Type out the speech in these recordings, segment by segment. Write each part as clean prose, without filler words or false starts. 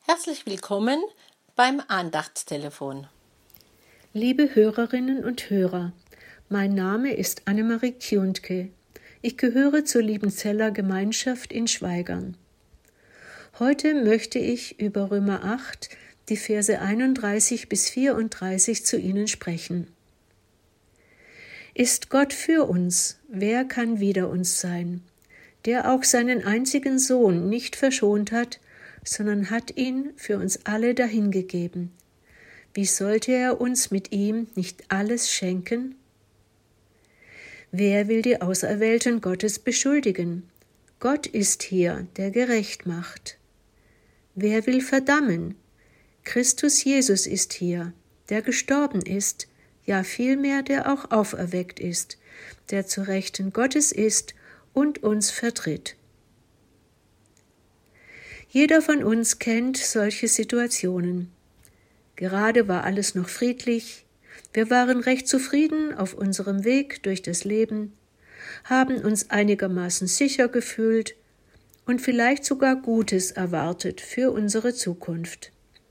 Herzlich willkommen beim Andachtstelefon. Liebe Hörerinnen und Hörer, mein Name ist Annemarie Kjuntke. Ich gehöre zur Liebenzeller Gemeinschaft in Schweigern. Heute möchte ich über Römer 8, die Verse 31 bis 34 zu Ihnen sprechen. Ist Gott für uns, wer kann wider uns sein? Der auch seinen einzigen Sohn nicht verschont hat, sondern hat ihn für uns alle dahingegeben. Wie sollte er uns mit ihm nicht alles schenken? Wer will die Auserwählten Gottes beschuldigen? Gott ist hier, der gerecht macht. Wer will verdammen? Christus Jesus ist hier, der gestorben ist, ja vielmehr, der auch auferweckt ist, der zu Rechten Gottes ist und uns vertritt. Jeder von uns kennt solche Situationen. Gerade war alles noch friedlich, wir waren recht zufrieden auf unserem Weg durch das Leben, haben uns einigermaßen sicher gefühlt und vielleicht sogar Gutes erwartet für unsere Zukunft.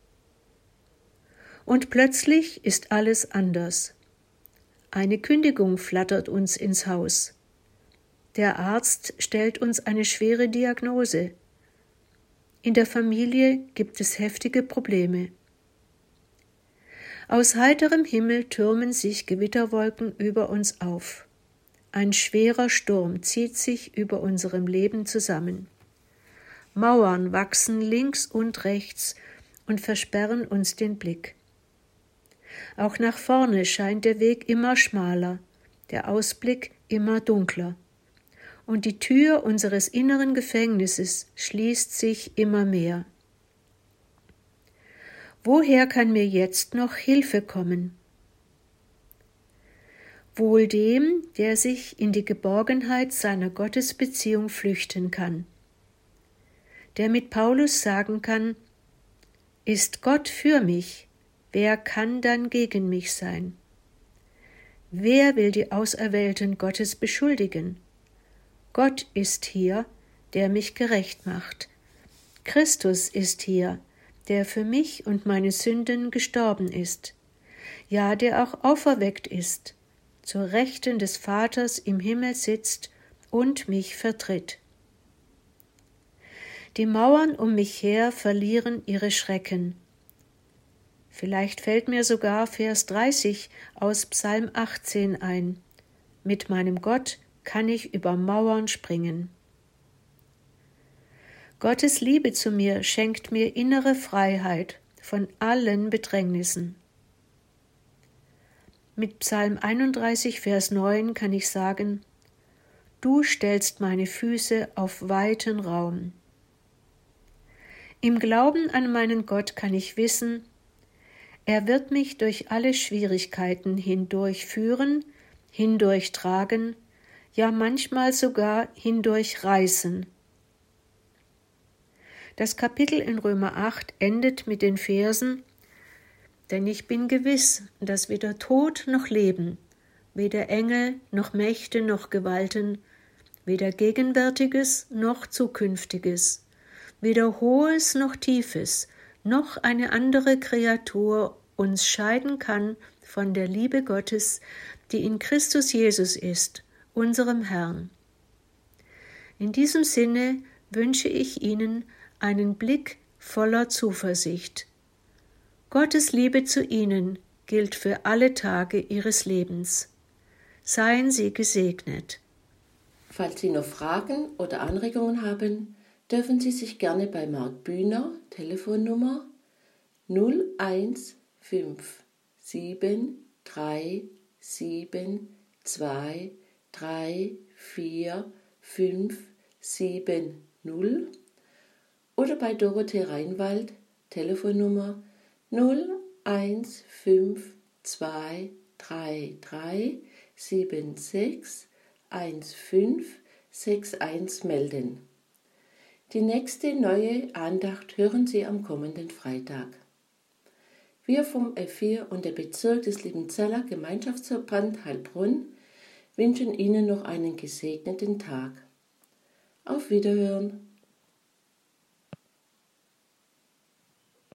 Und plötzlich ist alles anders. Eine Kündigung flattert uns ins Haus. Der Arzt stellt uns eine schwere Diagnose. In der Familie gibt es heftige Probleme. Aus heiterem Himmel türmen sich Gewitterwolken über uns auf. Ein schwerer Sturm zieht sich über unserem Leben zusammen. Mauern wachsen links und rechts und versperren uns den Blick. Auch nach vorne scheint der Weg immer schmaler, der Ausblick immer dunkler. Und die Tür unseres inneren Gefängnisses schließt sich immer mehr. Woher kann mir jetzt noch Hilfe kommen? Wohl dem, der sich in die Geborgenheit seiner Gottesbeziehung flüchten kann, der mit Paulus sagen kann: Ist Gott für mich, wer kann dann gegen mich sein? Wer will die Auserwählten Gottes beschuldigen? Gott ist hier, der mich gerecht macht. Christus ist hier, der für mich und meine Sünden gestorben ist, ja, der auch auferweckt ist, zur Rechten des Vaters im Himmel sitzt und mich vertritt. Die Mauern um mich her verlieren ihre Schrecken. Vielleicht fällt mir sogar Vers 30 aus Psalm 18 ein. Mit meinem Gott kann ich über Mauern springen. Gottes Liebe zu mir schenkt mir innere Freiheit von allen Bedrängnissen. Mit Psalm 31, Vers 9 kann ich sagen: Du stellst meine Füße auf weiten Raum. Im Glauben an meinen Gott kann ich wissen, er wird mich durch alle Schwierigkeiten hindurchführen, hindurchtragen, ja manchmal sogar hindurchreißen. Das Kapitel in Römer 8 endet mit den Versen: Denn ich bin gewiss, dass weder Tod noch Leben, weder Engel noch Mächte noch Gewalten, weder Gegenwärtiges noch Zukünftiges, weder Hohes noch Tiefes, noch eine andere Kreatur uns scheiden kann von der Liebe Gottes, die in Christus Jesus ist, unserem Herrn. In diesem Sinne wünsche ich Ihnen einen Blick voller Zuversicht. Gottes Liebe zu Ihnen gilt für alle Tage Ihres Lebens. Seien Sie gesegnet. Falls Sie noch Fragen oder Anregungen haben, dürfen Sie sich gerne bei Marc Bühner, Telefonnummer 01572345570 oder bei Dorothee Reinwald, Telefonnummer 0152333761561 melden. Die nächste neue Andacht hören Sie am kommenden Freitag. Wir vom F4 und der Bezirk des Liebenzeller Gemeinschaftsverband Heilbronn wünschen Ihnen noch einen gesegneten Tag. Auf Wiederhören!